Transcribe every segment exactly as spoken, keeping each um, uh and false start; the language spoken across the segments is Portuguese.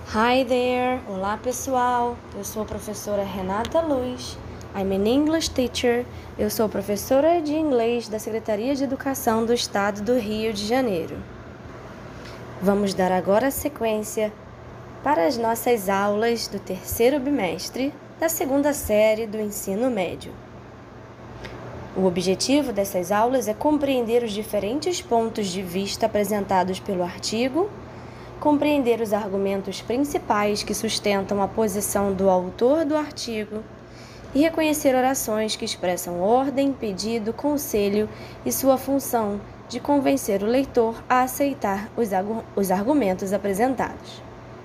Hi there! Olá pessoal, eu sou a professora Renata Luz, I'm an English teacher, eu sou professora de inglês da Secretaria de Educação do Estado do Rio de Janeiro. Vamos dar agora sequência para as nossas aulas do terceiro bimestre da segunda série do ensino médio. O objetivo dessas aulas é compreender os diferentes pontos de vista apresentados pelo artigo, compreender os argumentos principais que sustentam a posição do autor do artigo e reconhecer orações que expressam ordem, pedido, conselho e sua função de convencer o leitor a aceitar os, os argumentos apresentados.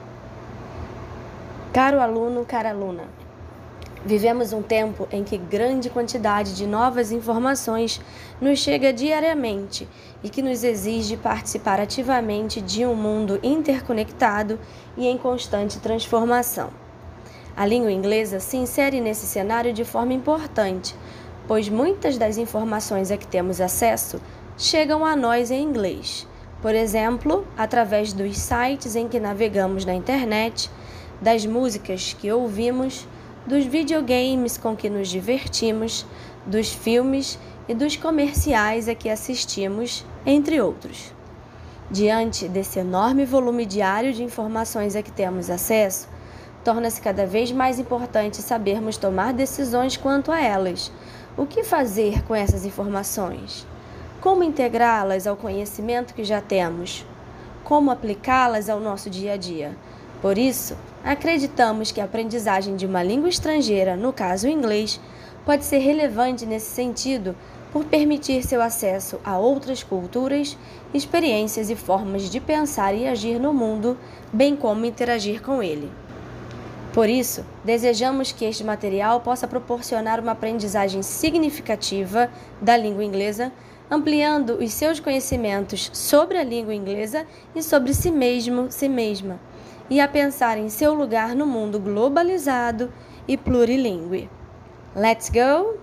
Caro aluno, cara aluna, vivemos um tempo em que grande quantidade de novas informações nos chega diariamente e que nos exige participar ativamente de um mundo interconectado e em constante transformação. A língua inglesa se insere nesse cenário de forma importante, pois muitas das informações a que temos acesso chegam a nós em inglês, por exemplo, através dos sites em que navegamos na internet, das músicas que ouvimos, dos videogames com que nos divertimos, dos filmes e dos comerciais a que assistimos, entre outros. Diante desse enorme volume diário de informações a que temos acesso, torna-se cada vez mais importante sabermos tomar decisões quanto a elas. O que fazer com essas informações? Como integrá-las ao conhecimento que já temos? Como aplicá-las ao nosso dia a dia? Por isso, acreditamos que a aprendizagem de uma língua estrangeira, no caso o inglês, pode ser relevante nesse sentido por permitir seu acesso a outras culturas, experiências e formas de pensar e agir no mundo, bem como interagir com ele. Por isso, desejamos que este material possa proporcionar uma aprendizagem significativa da língua inglesa, ampliando os seus conhecimentos sobre a língua inglesa e sobre si mesmo, si mesma, e a pensar em seu lugar no mundo globalizado e plurilingüe. Let's go!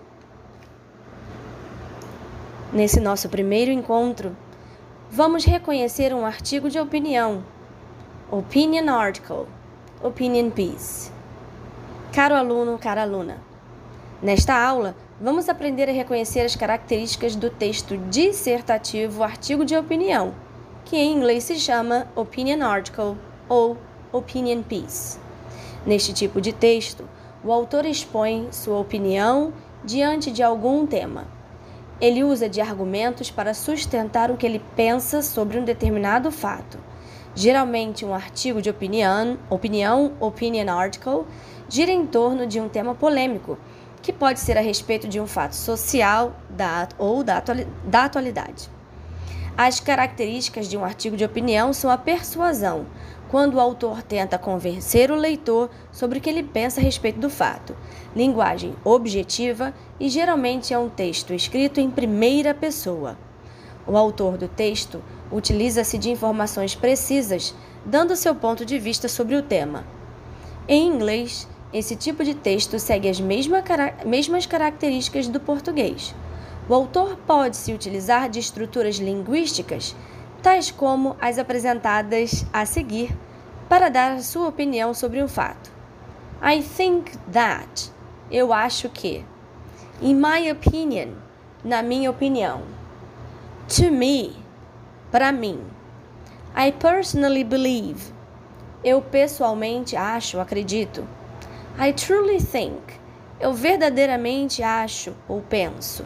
Nesse nosso primeiro encontro, vamos reconhecer um artigo de opinião, Opinion Article, Opinion Piece. Caro aluno, cara aluna, nesta aula, vamos aprender a reconhecer as características do texto dissertativo artigo de opinião, que em inglês se chama Opinion Article ou Opinion Piece. Neste tipo de texto, o autor expõe sua opinião diante de algum tema. Ele usa de argumentos para sustentar o que ele pensa sobre um determinado fato. Geralmente, um artigo de opinião, opinião, opinion article, gira em torno de um tema polêmico, que pode ser a respeito de um fato social da, ou da, atuali, da atualidade. As características de um artigo de opinião são a persuasão, quando o autor tenta convencer o leitor sobre o que ele pensa a respeito do fato. Linguagem objetiva e geralmente é um texto escrito em primeira pessoa. O autor do texto utiliza-se de informações precisas, dando seu ponto de vista sobre o tema. Em inglês, esse tipo de texto segue as mesma, mesmas características do português. O autor pode se utilizar de estruturas linguísticas, tais como as apresentadas a seguir, para dar a sua opinião sobre um fato. I think that. Eu acho que. In my opinion. Na minha opinião. To me. Para mim. I personally believe. Eu pessoalmente acho, acredito. I truly think. Eu verdadeiramente acho ou penso.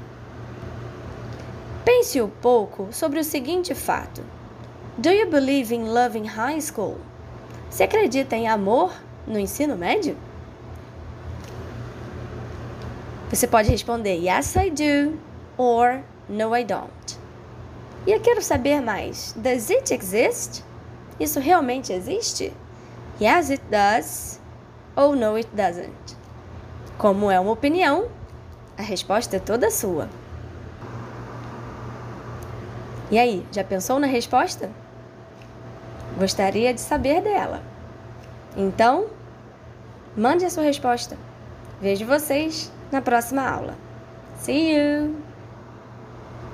Pense um pouco sobre o seguinte fato. Do you believe in love in high school? Você acredita em amor no ensino médio? Você pode responder Yes, I do, or No, I don't. E eu quero saber mais. Does it exist? Isso realmente existe? Yes, it does, ou No, it doesn't. Como é uma opinião, a resposta é toda sua. E aí, já pensou na resposta? Gostaria de saber dela. Então, mande a sua resposta. Vejo vocês na próxima aula. See you!